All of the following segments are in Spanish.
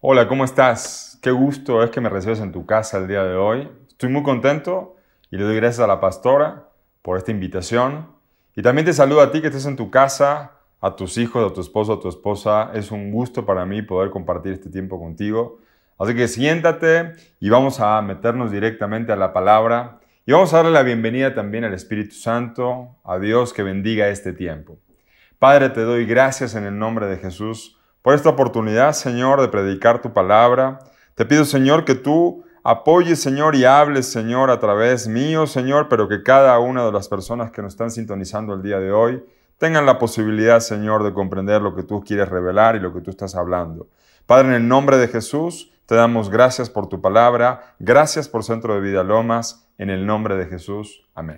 Hola, ¿cómo estás? Qué gusto es que me recibas en tu casa el día de hoy. Estoy muy contento y le doy gracias a la pastora por esta invitación. Y también te saludo a ti que estés en tu casa, a tus hijos, a tu esposo, a tu esposa. Es un gusto para mí poder compartir este tiempo contigo. Así que siéntate y vamos a meternos directamente a la palabra. Y vamos a darle la bienvenida también al Espíritu Santo, a Dios que bendiga este tiempo. Padre, te doy gracias en el nombre de Jesús por esta oportunidad, Señor, de predicar tu palabra. Te pido, Señor, que tú apoyes, Señor, y hables, Señor, a través mío, Señor, pero que cada una de las personas que nos están sintonizando el día de hoy tengan la posibilidad, Señor, de comprender lo que tú quieres revelar y lo que tú estás hablando. Padre, en el nombre de Jesús, te damos gracias por tu palabra. Gracias por Centro de Vida Lomas. En el nombre de Jesús. Amén.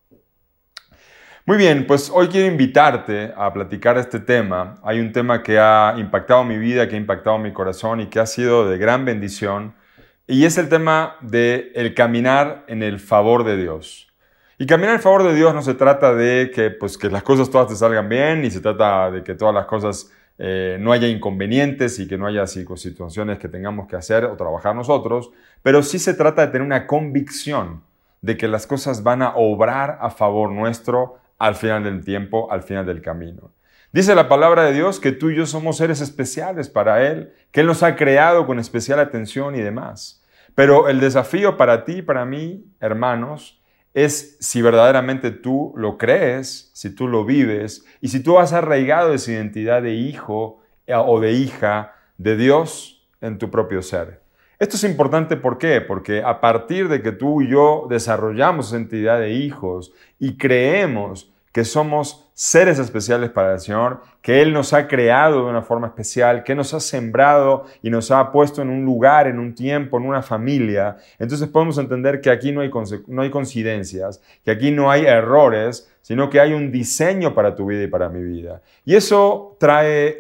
Muy bien, pues hoy quiero invitarte a platicar este tema. Hay un tema que ha impactado mi vida, que ha impactado mi corazón y que ha sido de gran bendición. Y es el tema de el caminar en el favor de Dios. Y caminar en el favor de Dios no se trata de que las cosas todas te salgan bien, ni se trata de que todas las cosas no haya inconvenientes y que no haya situaciones que tengamos que hacer o trabajar nosotros, pero sí se trata de tener una convicción de que las cosas van a obrar a favor nuestro al final del tiempo, al final del camino. Dice la palabra de Dios que tú y yo somos seres especiales para Él, que Él nos ha creado con especial atención y demás. Pero el desafío para ti y para mí, hermanos, es si verdaderamente tú lo crees, si tú lo vives y si tú has arraigado esa identidad de hijo o de hija de Dios en tu propio ser. Esto es importante, ¿por qué? Porque a partir de que tú y yo desarrollamos esa identidad de hijos y creemos que somos seres especiales para el Señor, que Él nos ha creado de una forma especial, que nos ha sembrado y nos ha puesto en un lugar, en un tiempo, en una familia, entonces podemos entender que aquí no hay coincidencias, que aquí no hay errores, sino que hay un diseño para tu vida y para mi vida. Y eso trae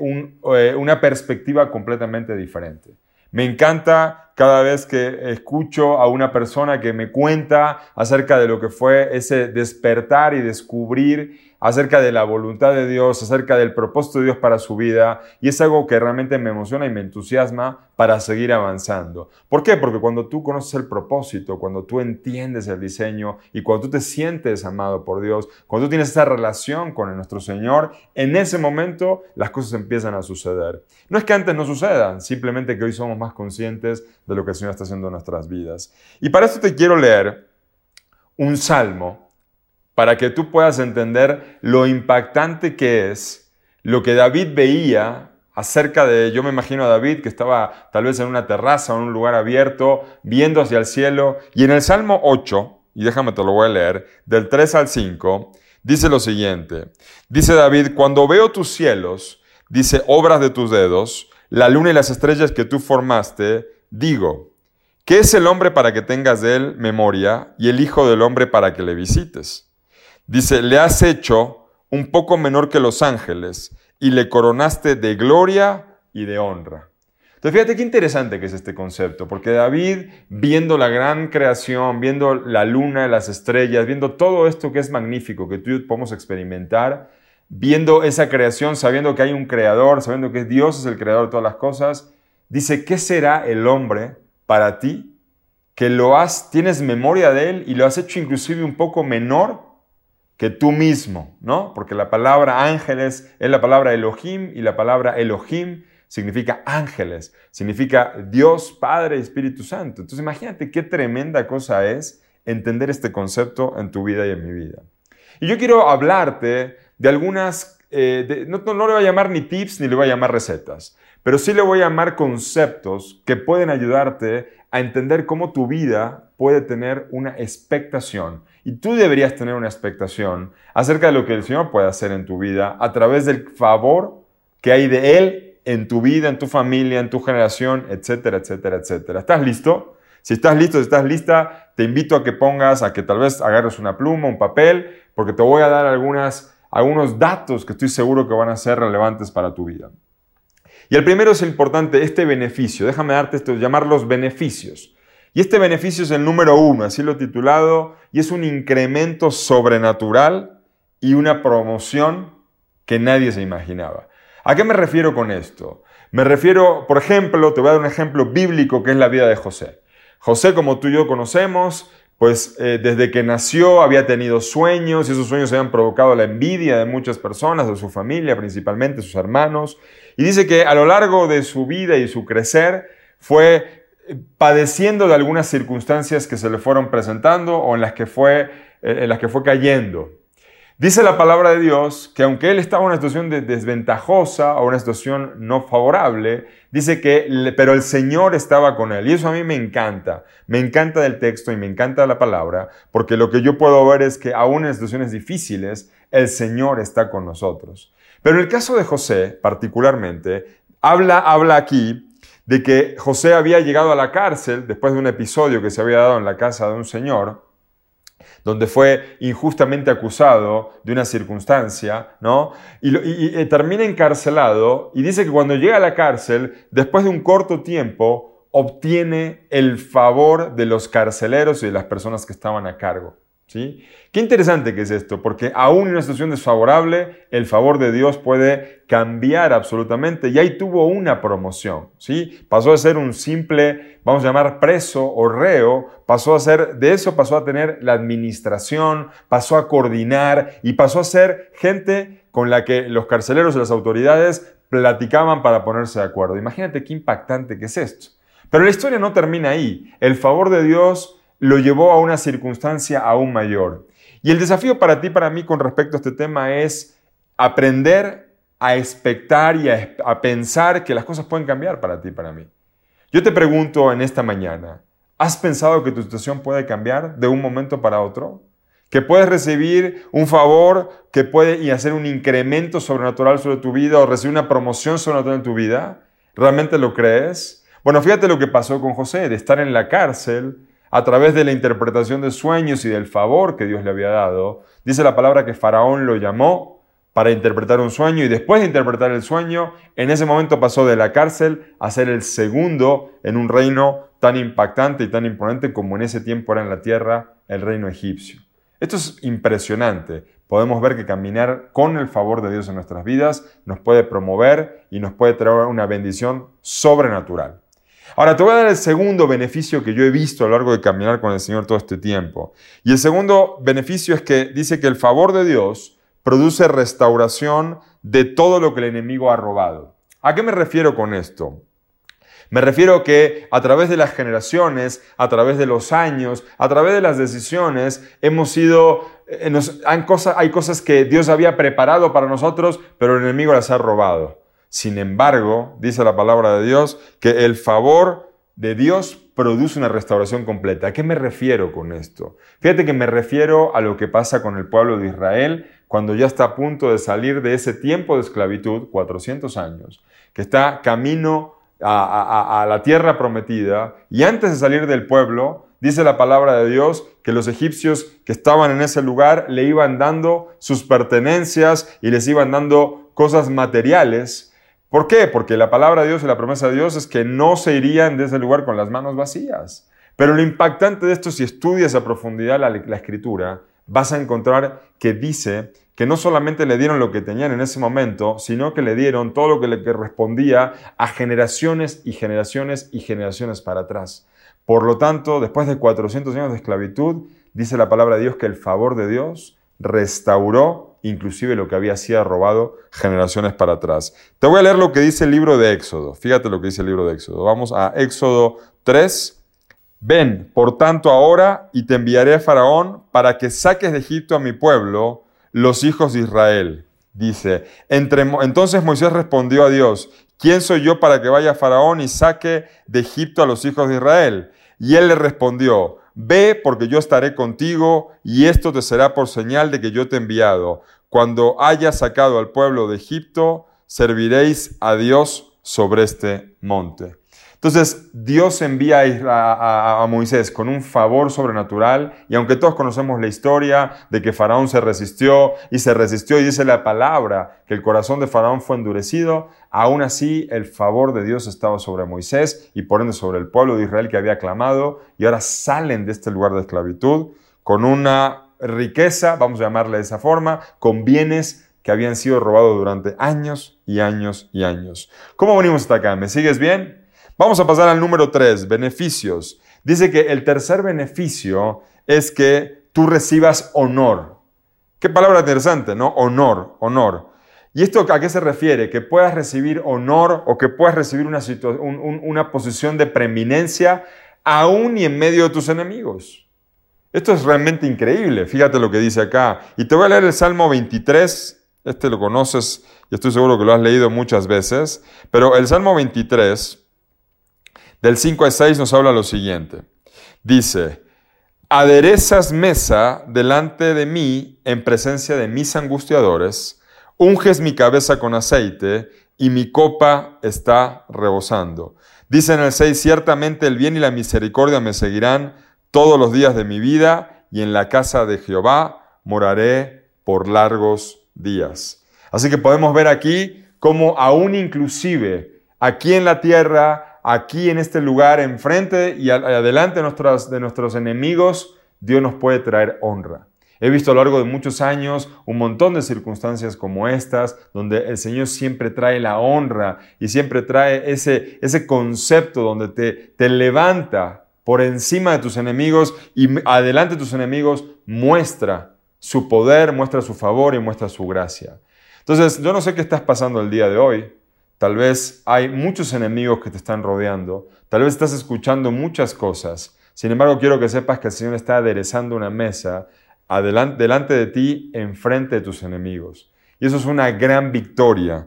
una perspectiva completamente diferente. Me encanta cada vez que escucho a una persona que me cuenta acerca de lo que fue ese despertar y descubrir acerca de la voluntad de Dios, acerca del propósito de Dios para su vida, y es algo que realmente me emociona y me entusiasma para seguir avanzando. ¿Por qué? Porque cuando tú conoces el propósito, cuando tú entiendes el diseño y cuando tú te sientes amado por Dios, cuando tú tienes esa relación con nuestro Señor, en ese momento las cosas empiezan a suceder. No es que antes no sucedan, simplemente que hoy somos más conscientes de lo que el Señor está haciendo en nuestras vidas. Y para esto te quiero leer un salmo para que tú puedas entender lo impactante que es lo que David veía acerca de, yo me imagino a David que estaba tal vez en una terraza o en un lugar abierto, viendo hacia el cielo, y en el Salmo 8, y déjame te lo voy a leer, del 3 al 5, dice lo siguiente, dice David, cuando veo tus cielos, dice, obras de tus dedos, la luna y las estrellas que tú formaste, digo, ¿qué es el hombre para que tengas de él memoria y el hijo del hombre para que le visites? Dice, le has hecho un poco menor que los ángeles y le coronaste de gloria y de honra. Entonces fíjate qué interesante que es este concepto, porque David, viendo la gran creación, viendo la luna, las estrellas, viendo todo esto que es magnífico, que tú y yo podemos experimentar, viendo esa creación, sabiendo que hay un creador, sabiendo que Dios es el creador de todas las cosas, dice, ¿qué será el hombre para ti? Que tienes memoria de él y lo has hecho inclusive un poco menor que tú mismo, ¿no? Porque la palabra ángeles es la palabra Elohim y la palabra Elohim significa ángeles, significa Dios, Padre y Espíritu Santo. Entonces imagínate qué tremenda cosa es entender este concepto en tu vida y en mi vida. Y yo quiero hablarte de algunas, no le voy a llamar ni tips ni le voy a llamar recetas, pero sí le voy a llamar conceptos que pueden ayudarte a entender cómo tu vida puede tener una expectación. Y tú deberías tener una expectación acerca de lo que el Señor puede hacer en tu vida a través del favor que hay de Él en tu vida, en tu familia, en tu generación, etcétera, etcétera, etcétera. ¿Estás listo? Si estás listo, si estás lista, te invito a que tal vez agarres una pluma, un papel, porque te voy a dar algunos datos que estoy seguro que van a ser relevantes para tu vida. Y el primero es importante, este beneficio. Déjame darte esto, llamarlos beneficios. Y este beneficio es el número 1, así lo he titulado, y es un incremento sobrenatural y una promoción que nadie se imaginaba. ¿A qué me refiero con esto? Me refiero, por ejemplo, te voy a dar un ejemplo bíblico que es la vida de José. José, como tú y yo conocemos, pues desde que nació había tenido sueños y esos sueños habían provocado la envidia de muchas personas, de su familia, principalmente sus hermanos. Y dice que a lo largo de su vida y su crecer fue padeciendo de algunas circunstancias que se le fueron presentando o en las que fue cayendo. Dice la palabra de Dios que aunque él estaba en una situación desventajosa o una situación no favorable, dice que, pero el Señor estaba con él. Y eso a mí me encanta del texto y me encanta la palabra, porque lo que yo puedo ver es que aún en situaciones difíciles, el Señor está con nosotros. Pero en el caso de José, particularmente, habla aquí de que José había llegado a la cárcel después de un episodio que se había dado en la casa de un señor, donde fue injustamente acusado de una circunstancia, ¿no? Y termina encarcelado, y dice que cuando llega a la cárcel, después de un corto tiempo, obtiene el favor de los carceleros y de las personas que estaban a cargo, ¿sí? Qué interesante que es esto, porque aún en una situación desfavorable, el favor de Dios puede cambiar absolutamente, y ahí tuvo una promoción, ¿sí? Pasó de ser un simple, vamos a llamar preso o reo, pasó a tener la administración, pasó a coordinar y pasó a ser gente con la que los carceleros y las autoridades platicaban para ponerse de acuerdo. Imagínate qué impactante que es esto. Pero la historia no termina ahí. El favor de Dios lo llevó a una circunstancia aún mayor. Y el desafío para ti y para mí con respecto a este tema es aprender a expectar y a pensar que las cosas pueden cambiar para ti y para mí. Yo te pregunto en esta mañana, ¿has pensado que tu situación puede cambiar de un momento para otro? ¿Que puedes recibir un favor y hacer un incremento sobrenatural sobre tu vida o recibir una promoción sobrenatural en tu vida? ¿Realmente lo crees? Bueno, fíjate lo que pasó con José, de estar en la cárcel a través de la interpretación de sueños y del favor que Dios le había dado. Dice la palabra que Faraón lo llamó para interpretar un sueño y después de interpretar el sueño, en ese momento pasó de la cárcel a ser el segundo en un reino tan impactante y tan imponente como en ese tiempo era en la tierra el reino egipcio. Esto es impresionante. Podemos ver que caminar con el favor de Dios en nuestras vidas nos puede promover y nos puede traer una bendición sobrenatural. Ahora te voy a dar el segundo beneficio que yo he visto a lo largo de caminar con el Señor todo este tiempo. Y el segundo beneficio es que dice que el favor de Dios produce restauración de todo lo que el enemigo ha robado. ¿A qué me refiero con esto? Me refiero que a través de las generaciones, a través de los años, a través de las decisiones, hay cosas que Dios había preparado para nosotros, pero el enemigo las ha robado. Sin embargo, dice la palabra de Dios, que el favor de Dios produce una restauración completa. ¿A qué me refiero con esto? Fíjate que me refiero a lo que pasa con el pueblo de Israel cuando ya está a punto de salir de ese tiempo de esclavitud, 400 años, que está camino a la tierra prometida, y antes de salir del pueblo, dice la palabra de Dios que los egipcios que estaban en ese lugar le iban dando sus pertenencias y les iban dando cosas materiales. ¿Por qué? Porque la palabra de Dios y la promesa de Dios es que no se irían de ese lugar con las manos vacías. Pero lo impactante de esto, si estudias a profundidad la Escritura, vas a encontrar que dice que no solamente le dieron lo que tenían en ese momento, sino que le dieron todo lo que le correspondía a generaciones y generaciones y generaciones para atrás. Por lo tanto, después de 400 años de esclavitud, dice la palabra de Dios que el favor de Dios restauró inclusive lo que había sido robado generaciones para atrás. Te voy a leer lo que dice el libro de Éxodo. Fíjate lo que dice el libro de Éxodo. Vamos a Éxodo 3. Ven, por tanto, ahora, y te enviaré a Faraón para que saques de Egipto a mi pueblo, los hijos de Israel. Dice, entonces Moisés respondió a Dios, ¿quién soy yo para que vaya a Faraón y saque de Egipto a los hijos de Israel? Y él le respondió, ve, porque yo estaré contigo, y esto te será por señal de que yo te he enviado. Cuando hayas sacado al pueblo de Egipto, serviréis a Dios sobre este monte. Entonces, Dios envía a Moisés con un favor sobrenatural, y aunque todos conocemos la historia de que Faraón se resistió, y dice la palabra que el corazón de Faraón fue endurecido, aún así el favor de Dios estaba sobre Moisés y por ende sobre el pueblo de Israel que había clamado, y ahora salen de este lugar de esclavitud con una riqueza, vamos a llamarle de esa forma, con bienes que habían sido robados durante años y años y años. ¿Cómo venimos hasta acá? ¿Me sigues bien? Vamos a pasar al número 3, beneficios. Dice que el tercer beneficio es que tú recibas honor. Qué palabra interesante, ¿no? Honor, honor. ¿Y esto a qué se refiere? Que puedas recibir honor o que puedas recibir una posición de preeminencia aún y en medio de tus enemigos. Esto es realmente increíble. Fíjate lo que dice acá. Y te voy a leer el Salmo 23. Este lo conoces y estoy seguro que lo has leído muchas veces. Pero el Salmo 23, del 5 al 6, nos habla lo siguiente. Dice: aderezas mesa delante de mí en presencia de mis angustiadores, unges mi cabeza con aceite y mi copa está rebosando. Dice en el 6, ciertamente el bien y la misericordia me seguirán todos los días de mi vida y en la casa de Jehová moraré por largos días. Así que podemos ver aquí cómo aún inclusive aquí en la tierra, aquí en este lugar, enfrente y adelante de nuestros enemigos, Dios nos puede traer honra. He visto a lo largo de muchos años un montón de circunstancias como estas, donde el Señor siempre trae la honra y siempre trae ese concepto donde te levanta por encima de tus enemigos y adelante de tus enemigos muestra su poder, muestra su favor y muestra su gracia. Entonces, yo no sé qué estás pasando el día de hoy. Tal vez hay muchos enemigos que te están rodeando. Tal vez estás escuchando muchas cosas. Sin embargo, quiero que sepas que el Señor está aderezando una mesa delante de ti, enfrente de tus enemigos. Y eso es una gran victoria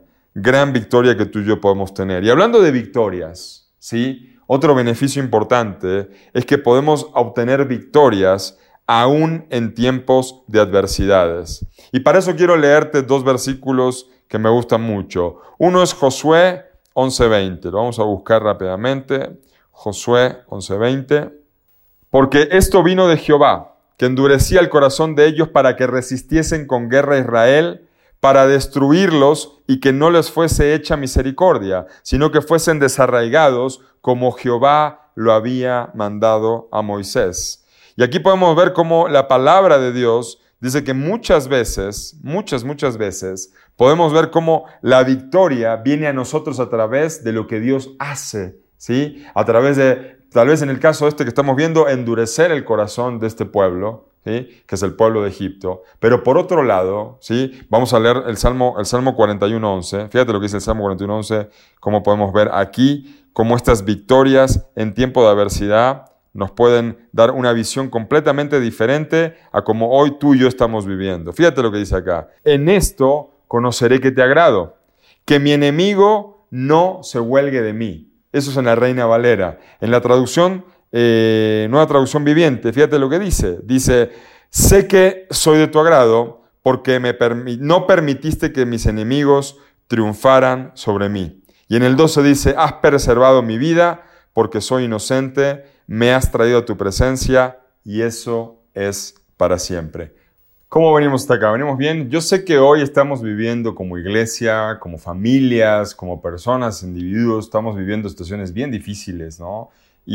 que tú y yo podemos tener. Y hablando de victorias, ¿sí? Otro beneficio importante es que podemos obtener victorias aún en tiempos de adversidades. Y para eso quiero leerte dos versículos que me gustan mucho. Uno es Josué 11:20. Lo vamos a buscar rápidamente. Josué 11:20. Porque esto vino de Jehová, que endurecía el corazón de ellos para que resistiesen con guerra a Israel, para destruirlos y que no les fuese hecha misericordia, sino que fuesen desarraigados como Jehová lo había mandado a Moisés. Y aquí podemos ver cómo la palabra de Dios dice que muchas veces, muchas veces, podemos ver cómo la victoria viene a nosotros a través de lo que Dios hace, ¿sí? A través de, tal vez en el caso este que estamos viendo, endurecer el corazón de este pueblo, ¿sí? Que es el pueblo de Egipto. Pero por otro lado, ¿sí? Vamos a leer el Salmo 41:11. Fíjate lo que dice el Salmo 41:11, cómo podemos ver aquí cómo estas victorias en tiempo de adversidad nos pueden dar una visión completamente diferente a como hoy tú y yo estamos viviendo. Fíjate lo que dice acá. En esto conoceré que te agrado, que mi enemigo no se huelgue de mí. Eso es en la Reina Valera. En la traducción, Nueva Traducción Viviente, fíjate lo que dice. Dice, sé que soy de tu agrado porque no permitiste que mis enemigos triunfaran sobre mí. Y en el 12 dice, has preservado mi vida porque soy inocente, me has traído a tu presencia y eso es para siempre. ¿Cómo venimos hasta acá? ¿Venimos bien? Yo sé que hoy estamos viviendo como iglesia, como familias, como personas, individuos, estamos viviendo situaciones bien difíciles, ¿no?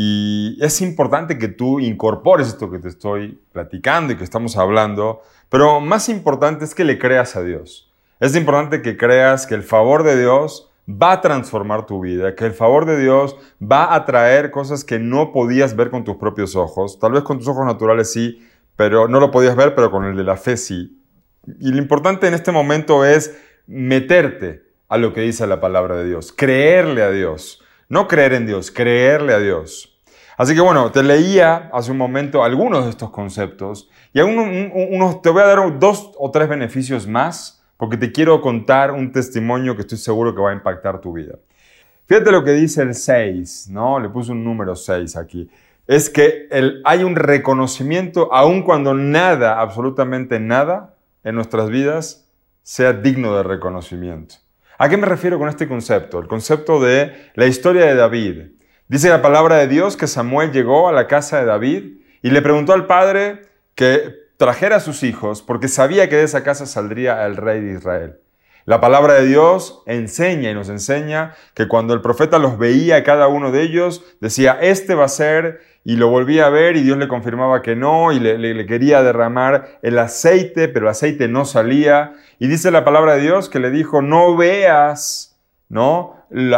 Y es importante que tú incorpores esto que te estoy platicando y que estamos hablando, pero más importante es que le creas a Dios. Es importante que creas que el favor de Dios va a transformar tu vida, que el favor de Dios va a traer cosas que no podías ver con tus propios ojos. Tal vez con tus ojos naturales sí, pero no lo podías ver, pero con el de la fe sí. Y lo importante en este momento es meterte a lo que dice la palabra de Dios, creerle a Dios. No creer en Dios, creerle a Dios. Así que bueno, te leía hace un momento algunos de estos conceptos y te voy a dar 2 o 3 beneficios más porque te quiero contar un testimonio que estoy seguro que va a impactar tu vida. Fíjate lo que dice el 6, ¿no? Le puse un número 6 aquí. Es que hay un reconocimiento, aun cuando nada, absolutamente nada, en nuestras vidas sea digno de reconocimiento. ¿A qué me refiero con este concepto? El concepto de la historia de David. Dice la palabra de Dios que Samuel llegó a la casa de David y le preguntó al padre que trajera a sus hijos porque sabía que de esa casa saldría el rey de Israel. La palabra de Dios enseña y nos enseña que cuando el profeta los veía a cada uno de ellos, decía, este va a ser, y lo volvía a ver y Dios le confirmaba que no, y le quería derramar el aceite, pero el aceite no salía. Y dice la palabra de Dios que le dijo, no veas, ¿no?,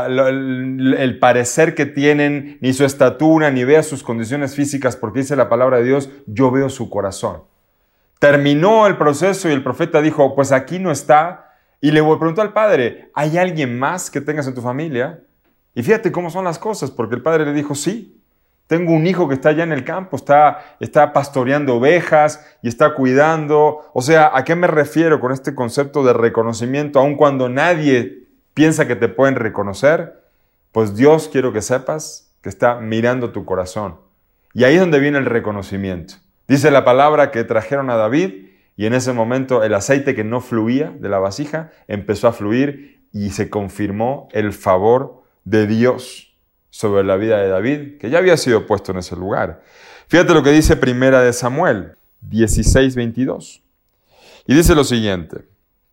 el parecer que tienen, ni su estatura, ni veas sus condiciones físicas, porque dice la palabra de Dios, yo veo su corazón. Terminó el proceso y el profeta dijo, pues aquí no está. Y le preguntó al padre, ¿hay alguien más que tengas en tu familia? Y fíjate cómo son las cosas, porque el padre le dijo, sí, tengo un hijo que está allá en el campo, está pastoreando ovejas y está cuidando. O sea, ¿a qué me refiero con este concepto de reconocimiento, aun cuando nadie piensa que te pueden reconocer? Pues Dios, quiero que sepas que está mirando tu corazón. Y ahí es donde viene el reconocimiento. Dice la palabra que trajeron a David, y en ese momento el aceite que no fluía de la vasija empezó a fluir y se confirmó el favor de Dios sobre la vida de David, que ya había sido puesto en ese lugar. Fíjate lo que dice Primera de Samuel 16:22. Y dice lo siguiente.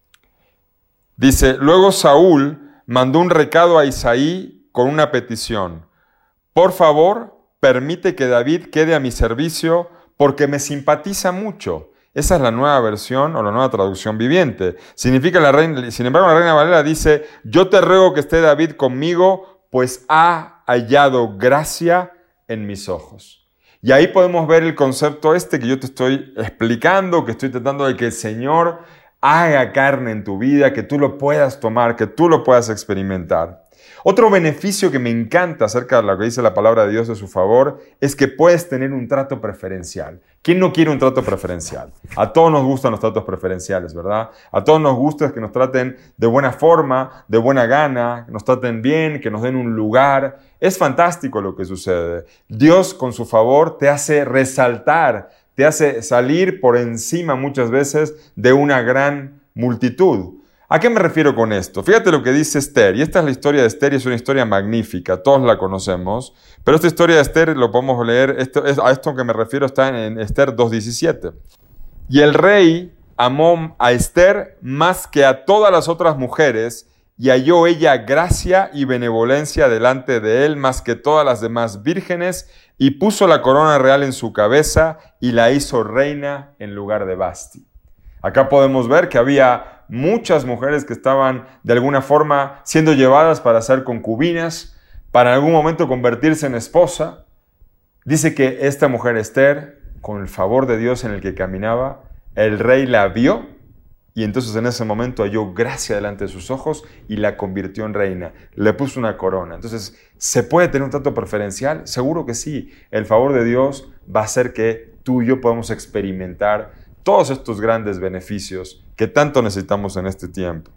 Dice, luego Saúl mandó un recado a Isaí con una petición. Por favor, permite que David quede a mi servicio porque me simpatiza mucho. Esa es la nueva versión o la nueva traducción viviente. Significa sin embargo, la Reina Valera dice, yo te ruego que esté David conmigo, pues ha hallado gracia en mis ojos. Y ahí podemos ver el concepto que yo te estoy explicando, que estoy tratando de que el Señor haga carne en tu vida, que tú lo puedas tomar, que tú lo puedas experimentar. Otro beneficio que me encanta acerca de lo que dice la palabra de Dios de su favor es que puedes tener un trato preferencial. ¿Quién no quiere un trato preferencial? A todos nos gustan los tratos preferenciales, ¿verdad? A todos nos gusta que nos traten de buena forma, de buena gana, que nos traten bien, que nos den un lugar. Es fantástico lo que sucede. Dios con su favor te hace resaltar, te hace salir por encima muchas veces de una gran multitud. ¿A qué me refiero con esto? Fíjate lo que dice Esther, y esta es la historia de Esther y es una historia magnífica, todos la conocemos, pero esta historia de Esther lo podemos leer, a esto que me refiero está en Esther 2:17. Y el rey amó a Esther más que a todas las otras mujeres, y halló ella gracia y benevolencia delante de él más que todas las demás vírgenes, y puso la corona real en su cabeza y la hizo reina en lugar de Vasti. Acá podemos ver que había muchas mujeres que estaban de alguna forma siendo llevadas para ser concubinas, para en algún momento convertirse en esposa. Dice que esta mujer Esther, con el favor de Dios en el que caminaba, el rey la vio y entonces en ese momento halló gracia delante de sus ojos y la convirtió en reina. Le puso una corona. Entonces, ¿se puede tener un trato preferencial? Seguro que sí. El favor de Dios va a hacer que tú y yo podamos experimentar todos estos grandes beneficios que tanto necesitamos en este tiempo.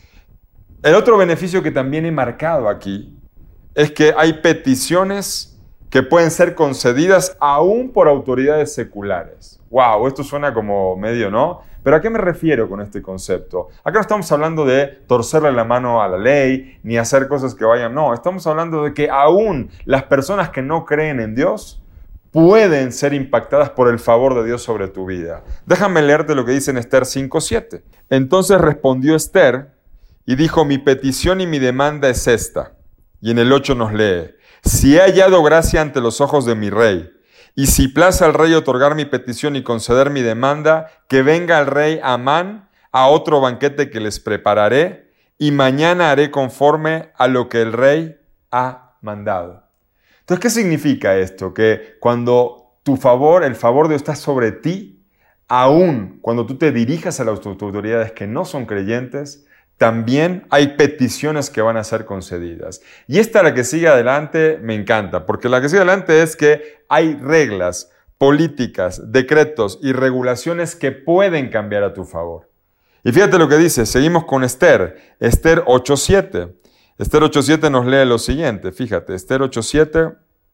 El otro beneficio que también he marcado aquí es que hay peticiones que pueden ser concedidas aún por autoridades seculares. ¡Wow! Esto suena como medio, ¿no? Pero ¿a qué me refiero con este concepto? Acá no estamos hablando de torcerle la mano a la ley, ni hacer cosas que vayan. No, estamos hablando de que aún las personas que no creen en Dios pueden ser impactadas por el favor de Dios sobre tu vida. Déjame leerte lo que dice en Esther 5:7. Entonces respondió Esther y dijo, mi petición y mi demanda es esta. Y en el 8 nos lee, si he hallado gracia ante los ojos de mi rey, y si place al rey otorgar mi petición y conceder mi demanda, que venga el rey Amán a otro banquete que les prepararé, y mañana haré conforme a lo que el rey ha mandado. Entonces, ¿qué significa esto? Que cuando el favor de Dios está sobre ti, aún cuando tú te dirijas a las autoridades que no son creyentes, también hay peticiones que van a ser concedidas. Y esta, la que sigue adelante, me encanta, porque la que sigue adelante es que hay reglas, políticas, decretos y regulaciones que pueden cambiar a tu favor. Y fíjate lo que dice, seguimos con Esther 8:7. Esther 8:7 nos lee lo siguiente, fíjate, Esther 8:7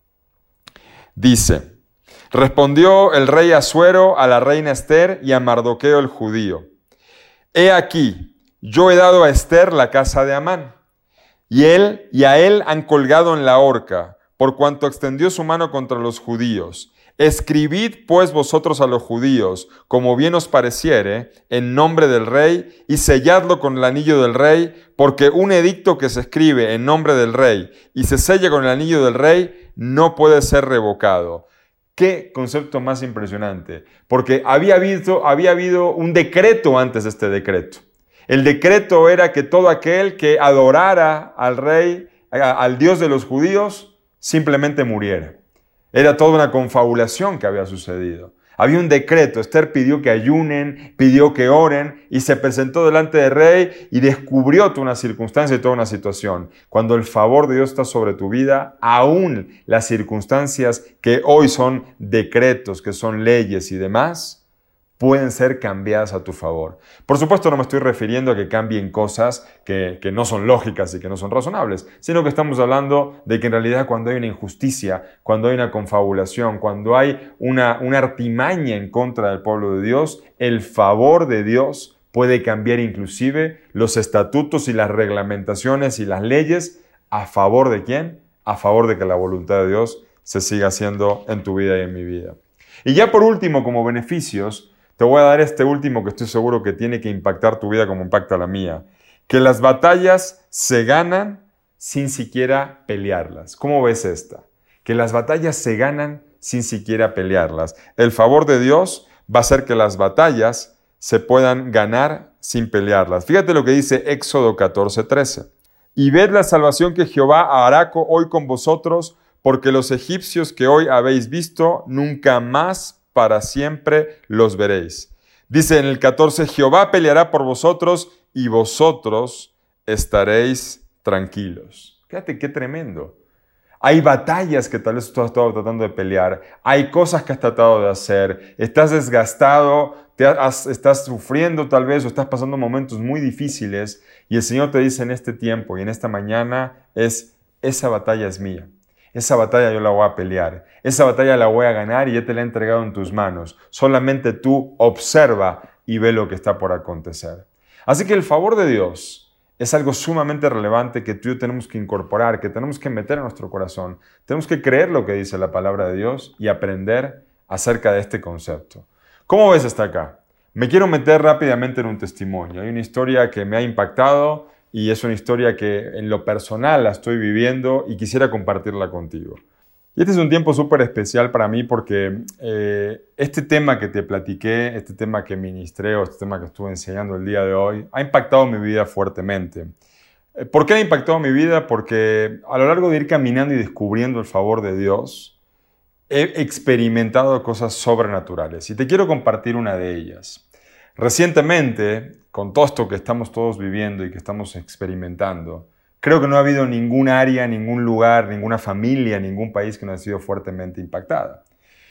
dice, respondió el rey Asuero a la reina Esther y a Mardoqueo el judío, he aquí, yo he dado a Esther la casa de Amán, y a él han colgado en la horca, por cuanto extendió su mano contra los judíos. Escribid pues vosotros a los judíos, como bien os pareciere, en nombre del rey, y selladlo con el anillo del rey, porque un edicto que se escribe en nombre del rey y se sella con el anillo del rey, no puede ser revocado. Qué concepto más impresionante, porque había habido un decreto antes de este decreto. El decreto era que todo aquel que adorara al rey, al Dios de los judíos, simplemente muriera. Era toda una confabulación que había sucedido. Había un decreto. Esther pidió que ayunen, pidió que oren y se presentó delante del rey y descubrió toda una circunstancia y toda una situación. Cuando el favor de Dios está sobre tu vida, aún las circunstancias que hoy son decretos, que son leyes y demás, pueden ser cambiadas a tu favor. Por supuesto, no me estoy refiriendo a que cambien cosas que no son lógicas y que no son razonables, sino que estamos hablando de que en realidad cuando hay una injusticia, cuando hay una confabulación, cuando hay una artimaña en contra del pueblo de Dios, el favor de Dios puede cambiar inclusive los estatutos y las reglamentaciones y las leyes. ¿A favor de quién? A favor de que la voluntad de Dios se siga haciendo en tu vida y en mi vida. Y ya por último, como beneficios, te voy a dar este último que estoy seguro que tiene que impactar tu vida como impacta la mía. Que las batallas se ganan sin siquiera pelearlas. ¿Cómo ves esta? Que las batallas se ganan sin siquiera pelearlas. El favor de Dios va a hacer que las batallas se puedan ganar sin pelearlas. Fíjate lo que dice Éxodo 14:13. Y ved la salvación que Jehová hará hoy con vosotros, porque los egipcios que hoy habéis visto, nunca más para siempre los veréis. Dice en el 14, Jehová peleará por vosotros y vosotros estaréis tranquilos. Fíjate qué tremendo. Hay batallas que tal vez tú has estado tratando de pelear. Hay cosas que has tratado de hacer. Estás desgastado, estás sufriendo tal vez o estás pasando momentos muy difíciles y el Señor te dice en este tiempo y en esta mañana esa batalla es mía. Esa batalla yo la voy a pelear. Esa batalla la voy a ganar y ya te la he entregado en tus manos. Solamente tú observa y ve lo que está por acontecer. Así que el favor de Dios es algo sumamente relevante que tú y yo tenemos que incorporar, que tenemos que meter en nuestro corazón. Tenemos que creer lo que dice la palabra de Dios y aprender acerca de este concepto. ¿Cómo ves hasta acá? Me quiero meter rápidamente en un testimonio. Hay una historia que me ha impactado y es una historia que en lo personal la estoy viviendo y quisiera compartirla contigo. Y este es un tiempo súper especial para mí porque este tema que te platiqué, este tema que ministré o este tema que estuve enseñando el día de hoy, ha impactado mi vida fuertemente. ¿Por qué ha impactado mi vida? Porque a lo largo de ir caminando y descubriendo el favor de Dios, he experimentado cosas sobrenaturales y te quiero compartir una de ellas. Recientemente, con todo esto que estamos todos viviendo y que estamos experimentando, creo que no ha habido ningún área, ningún lugar, ninguna familia, ningún país que no haya sido fuertemente impactada.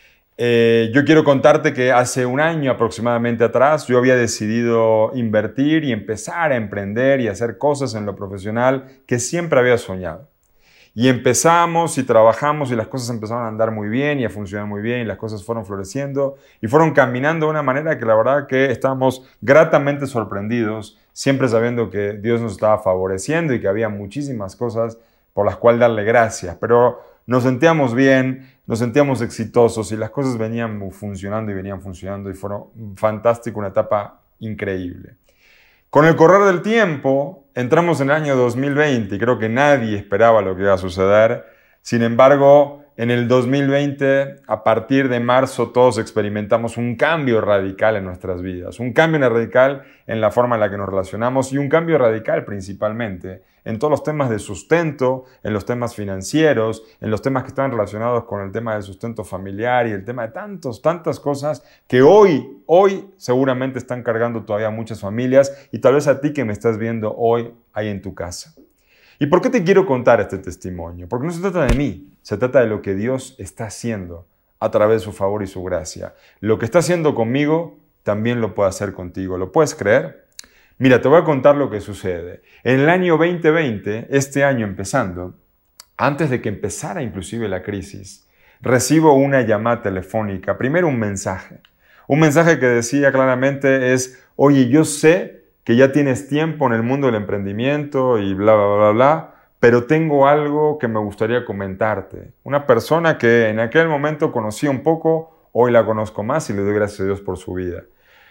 Yo quiero contarte que hace un año aproximadamente atrás yo había decidido invertir y empezar a emprender y hacer cosas en lo profesional que siempre había soñado. Y empezamos y trabajamos y las cosas empezaron a andar muy bien y a funcionar muy bien y las cosas fueron floreciendo y fueron caminando de una manera que la verdad que estábamos gratamente sorprendidos, siempre sabiendo que Dios nos estaba favoreciendo y que había muchísimas cosas por las cuales darle gracias. Pero nos sentíamos bien, nos sentíamos exitosos y las cosas venían funcionando y fueron fantástico, una etapa increíble. Con el correr del tiempo, entramos en el año 2020 y creo que nadie esperaba lo que iba a suceder. Sin embargo, en el 2020, a partir de marzo, todos experimentamos un cambio radical en nuestras vidas. Un cambio radical en la forma en la que nos relacionamos y un cambio radical principalmente en todos los temas de sustento, en los temas financieros, en los temas que están relacionados con el tema del sustento familiar y el tema de tantas cosas que hoy seguramente están cargando todavía muchas familias y tal vez a ti que me estás viendo hoy ahí en tu casa. ¿Y por qué te quiero contar este testimonio? Porque no se trata de mí, se trata de lo que Dios está haciendo a través de su favor y su gracia. Lo que está haciendo conmigo, también lo puede hacer contigo. ¿Lo puedes creer? Mira, te voy a contar lo que sucede. En el año 2020, este año empezando, antes de que empezara inclusive la crisis, recibo una llamada telefónica, primero un mensaje que decía claramente oye, yo sé que ya tienes tiempo en el mundo del emprendimiento y bla, bla, bla, bla, pero tengo algo que me gustaría comentarte. Una persona que en aquel momento conocía un poco, hoy la conozco más y le doy gracias a Dios por su vida.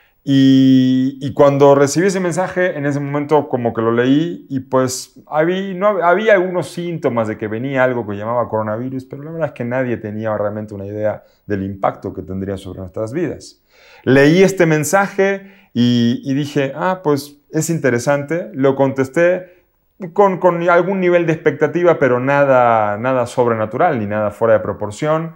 Y cuando recibí ese mensaje, en ese momento como que lo leí y pues había algunos síntomas de que venía algo que llamaba coronavirus, pero la verdad es que nadie tenía realmente una idea del impacto que tendría sobre nuestras vidas. Leí este mensaje y dije, pues es interesante, lo contesté con algún nivel de expectativa, pero nada sobrenatural ni nada fuera de proporción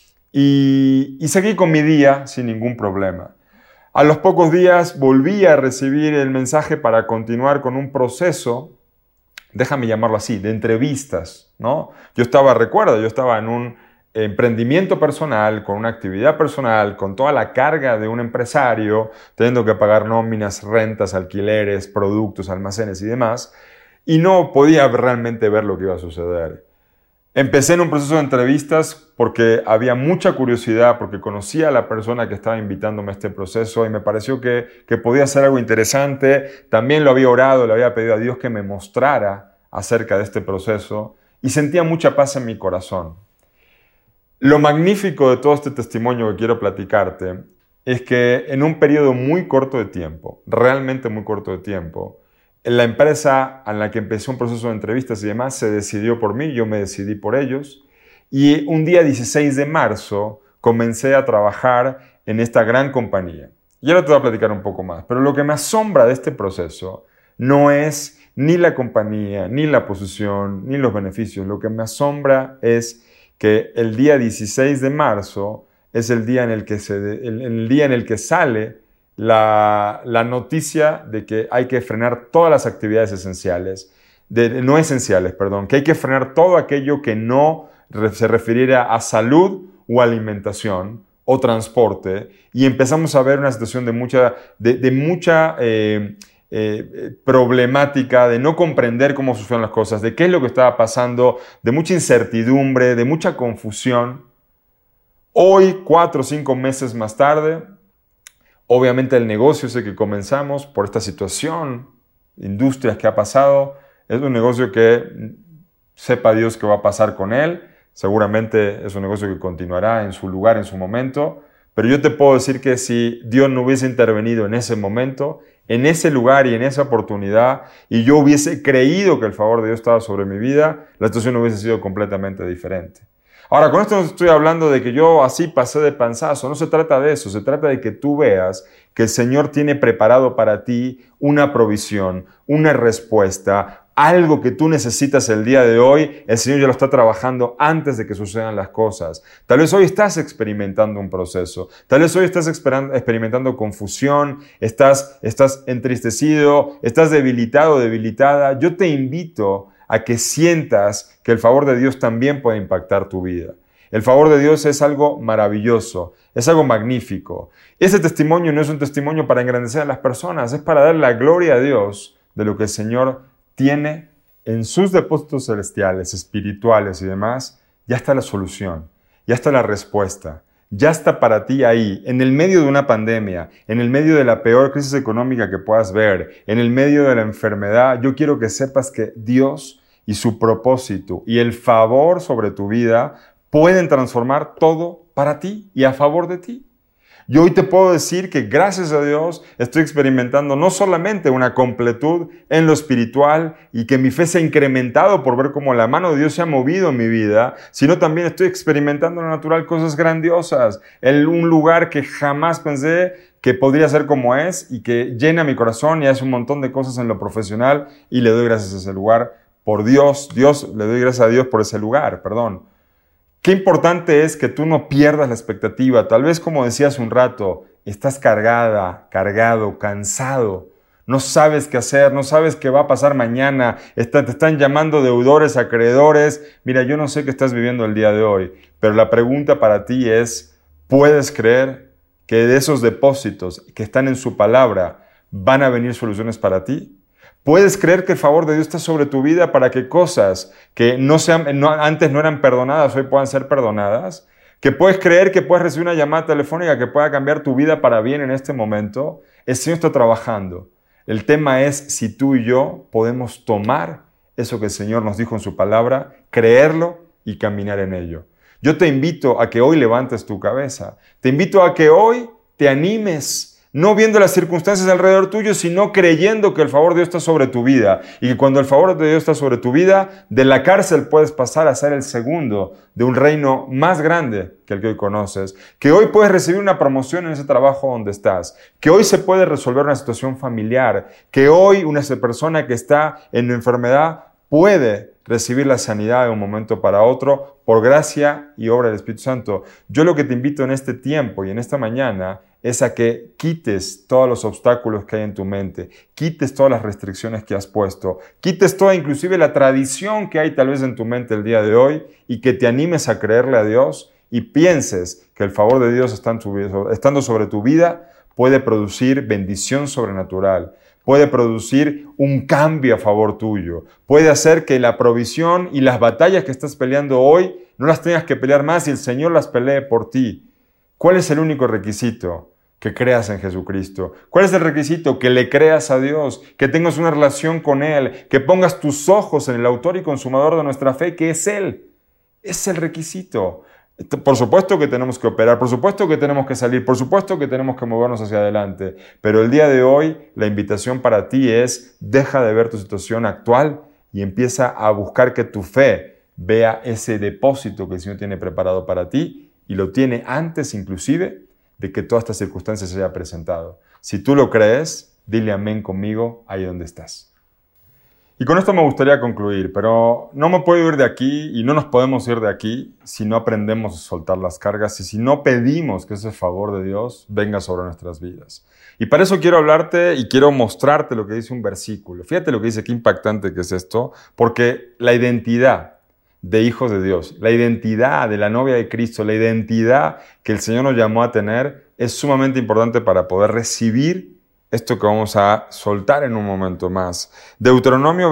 y seguí con mi día sin ningún problema. A los pocos días volví a recibir el mensaje para continuar con un proceso, déjame llamarlo así, de entrevistas, ¿no? Yo estaba en un emprendimiento personal, con una actividad personal, con toda la carga de un empresario, teniendo que pagar nóminas, rentas, alquileres, productos, almacenes y demás, y no podía realmente ver lo que iba a suceder. Empecé en un proceso de entrevistas porque había mucha curiosidad, porque conocía a la persona que estaba invitándome a este proceso y me pareció que podía ser algo interesante. También lo había orado, le había pedido a Dios que me mostrara acerca de este proceso y sentía mucha paz en mi corazón. Lo magnífico de todo este testimonio que quiero platicarte es que en un periodo muy corto de tiempo, realmente muy corto de tiempo, la empresa en la que empecé un proceso de entrevistas y demás se decidió por mí, yo me decidí por ellos. Y un día 16 de marzo comencé a trabajar en esta gran compañía. Y ahora te voy a platicar un poco más. Pero lo que me asombra de este proceso no es ni la compañía, ni la posición, ni los beneficios. Lo que me asombra es que el día 16 de marzo es el día en el que sale la noticia de que hay que frenar todas las actividades no esenciales, que hay que frenar todo aquello que no se refiriera a salud o alimentación o transporte, y empezamos a ver una situación de mucha problemática, de no comprender cómo suceden las cosas, de qué es lo que estaba pasando, de mucha incertidumbre, de mucha confusión. Hoy, 4 o 5 meses más tarde, obviamente el negocio ese que comenzamos por esta situación, industrias que ha pasado, es un negocio que sepa Dios qué va a pasar con él. Seguramente es un negocio que continuará en su lugar, en su momento. Pero yo te puedo decir que si Dios no hubiese intervenido en ese momento, en ese lugar y en esa oportunidad, y yo hubiese creído que el favor de Dios estaba sobre mi vida, la situación hubiese sido completamente diferente. Ahora, con esto no estoy hablando de que yo así pasé de panzazo, no se trata de eso, se trata de que tú veas que el Señor tiene preparado para ti una provisión, una respuesta, algo que tú necesitas el día de hoy. El Señor ya lo está trabajando antes de que sucedan las cosas. Tal vez hoy estás experimentando un proceso, tal vez hoy estás experimentando confusión, estás entristecido, estás debilitado, debilitada. Yo te invito a que sientas que el favor de Dios también puede impactar tu vida. El favor de Dios es algo maravilloso, es algo magnífico. Ese testimonio no es un testimonio para engrandecer a las personas, es para dar la gloria a Dios de lo que el Señor tiene en sus depósitos celestiales, espirituales y demás. Ya está la solución, ya está la respuesta, ya está para ti ahí, en el medio de una pandemia, en el medio de la peor crisis económica que puedas ver, en el medio de la enfermedad. Yo quiero que sepas que Dios y su propósito y el favor sobre tu vida pueden transformar todo para ti y a favor de ti. Yo hoy te puedo decir que gracias a Dios estoy experimentando no solamente una completud en lo espiritual y que mi fe se ha incrementado por ver cómo la mano de Dios se ha movido en mi vida, sino también estoy experimentando en lo natural cosas grandiosas, en un lugar que jamás pensé que podría ser como es y que llena mi corazón y hace un montón de cosas en lo profesional, y le doy gracias a ese lugar por Dios. Le doy gracias a Dios por ese lugar, perdón. Qué importante es que tú no pierdas la expectativa. Tal vez, como decía hace un rato, estás cargado, cansado. No sabes qué hacer, no sabes qué va a pasar mañana. Te están llamando deudores, acreedores. Mira, yo no sé qué estás viviendo el día de hoy, pero la pregunta para ti es, ¿puedes creer que de esos depósitos que están en su palabra van a venir soluciones para ti? ¿Puedes creer que el favor de Dios está sobre tu vida para que cosas que antes no eran perdonadas hoy puedan ser perdonadas? ¿Que puedes creer que puedes recibir una llamada telefónica que pueda cambiar tu vida para bien en este momento? El Señor está trabajando. El tema es si tú y yo podemos tomar eso que el Señor nos dijo en su palabra, creerlo y caminar en ello. Yo te invito a que hoy levantes tu cabeza. Te invito a que hoy te animes, no viendo las circunstancias alrededor tuyo, sino creyendo que el favor de Dios está sobre tu vida. Y que cuando el favor de Dios está sobre tu vida, de la cárcel puedes pasar a ser el segundo de un reino más grande que el que hoy conoces. Que hoy puedes recibir una promoción en ese trabajo donde estás. Que hoy se puede resolver una situación familiar. Que hoy una persona que está en enfermedad puede recibir la sanidad de un momento para otro por gracia y obra del Espíritu Santo. Yo lo que te invito en este tiempo y en esta mañana es a que quites todos los obstáculos que hay en tu mente, quites todas las restricciones que has puesto, quites toda inclusive la tradición que hay tal vez en tu mente el día de hoy y que te animes a creerle a Dios y pienses que el favor de Dios estando sobre tu vida puede producir bendición sobrenatural. Puede producir un cambio a favor tuyo. Puede hacer que la provisión y las batallas que estás peleando hoy no las tengas que pelear más y el Señor las pelee por ti. ¿Cuál es el único requisito? Que creas en Jesucristo. ¿Cuál es el requisito? Que le creas a Dios, que tengas una relación con Él, que pongas tus ojos en el autor y consumador de nuestra fe, que es Él. Es el requisito. Por supuesto que tenemos que operar, por supuesto que tenemos que salir, por supuesto que tenemos que movernos hacia adelante, pero el día de hoy la invitación para ti es deja de ver tu situación actual y empieza a buscar que tu fe vea ese depósito que el Señor tiene preparado para ti y lo tiene antes inclusive de que toda esta circunstancia se haya presentado. Si tú lo crees, dile amén conmigo ahí donde estás. Y con esto me gustaría concluir, pero no me puedo ir de aquí y no nos podemos ir de aquí si no aprendemos a soltar las cargas y si no pedimos que ese favor de Dios venga sobre nuestras vidas. Y para eso quiero hablarte y quiero mostrarte lo que dice un versículo. Fíjate lo que dice, qué impactante que es esto, porque la identidad de hijos de Dios, la identidad de la novia de Cristo, la identidad que el Señor nos llamó a tener es sumamente importante para poder recibir esto que vamos a soltar en un momento más. Deuteronomio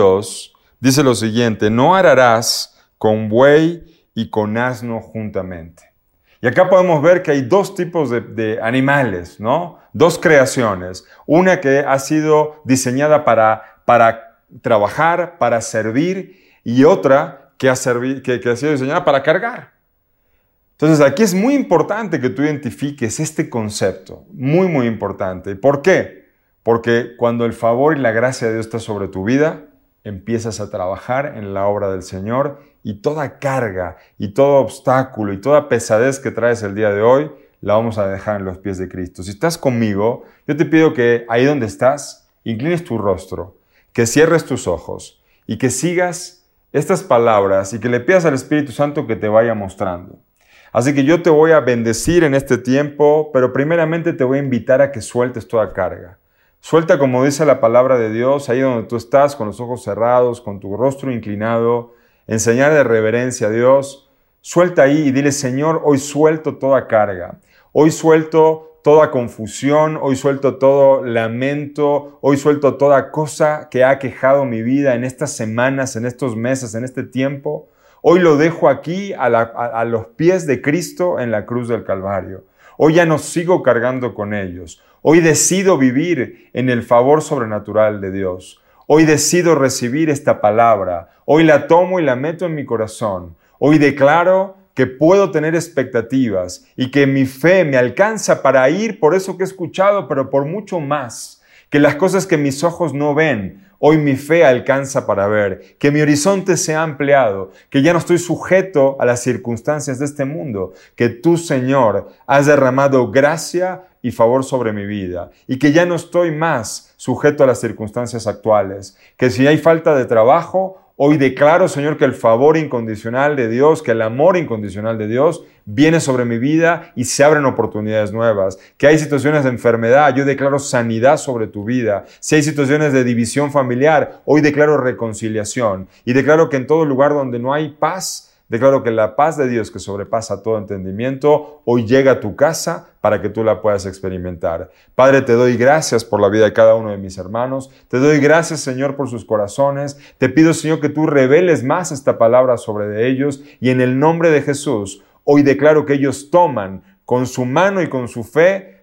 22 dice lo siguiente: no ararás con buey y con asno juntamente. Y acá podemos ver que hay dos tipos de animales, ¿no? Dos creaciones. Una que ha sido diseñada para trabajar, para servir, y otra que ha sido diseñada para cargar. Entonces aquí es muy importante que tú identifiques este concepto, muy muy importante. ¿Por qué? Porque cuando el favor y la gracia de Dios está sobre tu vida, empiezas a trabajar en la obra del Señor y toda carga y todo obstáculo y toda pesadez que traes el día de hoy, la vamos a dejar en los pies de Cristo. Si estás conmigo, yo te pido que ahí donde estás, inclines tu rostro, que cierres tus ojos y que sigas estas palabras y que le pidas al Espíritu Santo que te vaya mostrando. Así que yo te voy a bendecir en este tiempo, pero primeramente te voy a invitar a que sueltes toda carga. Suelta, como dice la palabra de Dios, ahí donde tú estás, con los ojos cerrados, con tu rostro inclinado, en señal de reverencia a Dios. Suelta ahí y dile: Señor, hoy suelto toda carga. Hoy suelto toda confusión, hoy suelto todo lamento, hoy suelto toda cosa que ha aquejado mi vida en estas semanas, en estos meses, en este tiempo. Hoy lo dejo aquí a los pies de Cristo en la cruz del Calvario. Hoy ya no sigo cargando con ellos. Hoy decido vivir en el favor sobrenatural de Dios. Hoy decido recibir esta palabra. Hoy la tomo y la meto en mi corazón. Hoy declaro que puedo tener expectativas y que mi fe me alcanza para ir por eso que he escuchado, pero por mucho más. Que las cosas que mis ojos no ven, hoy mi fe alcanza para ver, que mi horizonte se ha ampliado, que ya no estoy sujeto a las circunstancias de este mundo, que tú, Señor, has derramado gracia y favor sobre mi vida, y que ya no estoy más sujeto a las circunstancias actuales, que si hay falta de trabajo, hoy declaro, Señor, que el favor incondicional de Dios, que el amor incondicional de Dios viene sobre mi vida y se abren oportunidades nuevas. Que hay situaciones de enfermedad, yo declaro sanidad sobre tu vida. Si hay situaciones de división familiar, hoy declaro reconciliación. Y declaro que en todo lugar donde no hay paz, declaro que la paz de Dios que sobrepasa todo entendimiento, hoy llega a tu casa para que tú la puedas experimentar. Padre, te doy gracias por la vida de cada uno de mis hermanos. Te doy gracias, Señor, por sus corazones. Te pido, Señor, que tú reveles más esta palabra sobre ellos. Y en el nombre de Jesús, hoy declaro que ellos toman con su mano y con su fe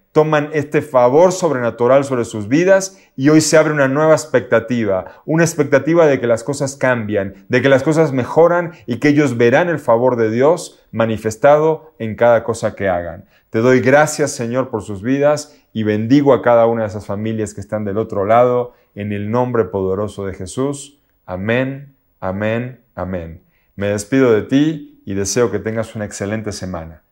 toman este favor sobrenatural sobre sus vidas y hoy se abre una nueva expectativa, una expectativa de que las cosas cambian, de que las cosas mejoran y que ellos verán el favor de Dios manifestado en cada cosa que hagan. Te doy gracias, Señor, por sus vidas y bendigo a cada una de esas familias que están del otro lado en el nombre poderoso de Jesús. Amén, amén, amén. Me despido de ti y deseo que tengas una excelente semana.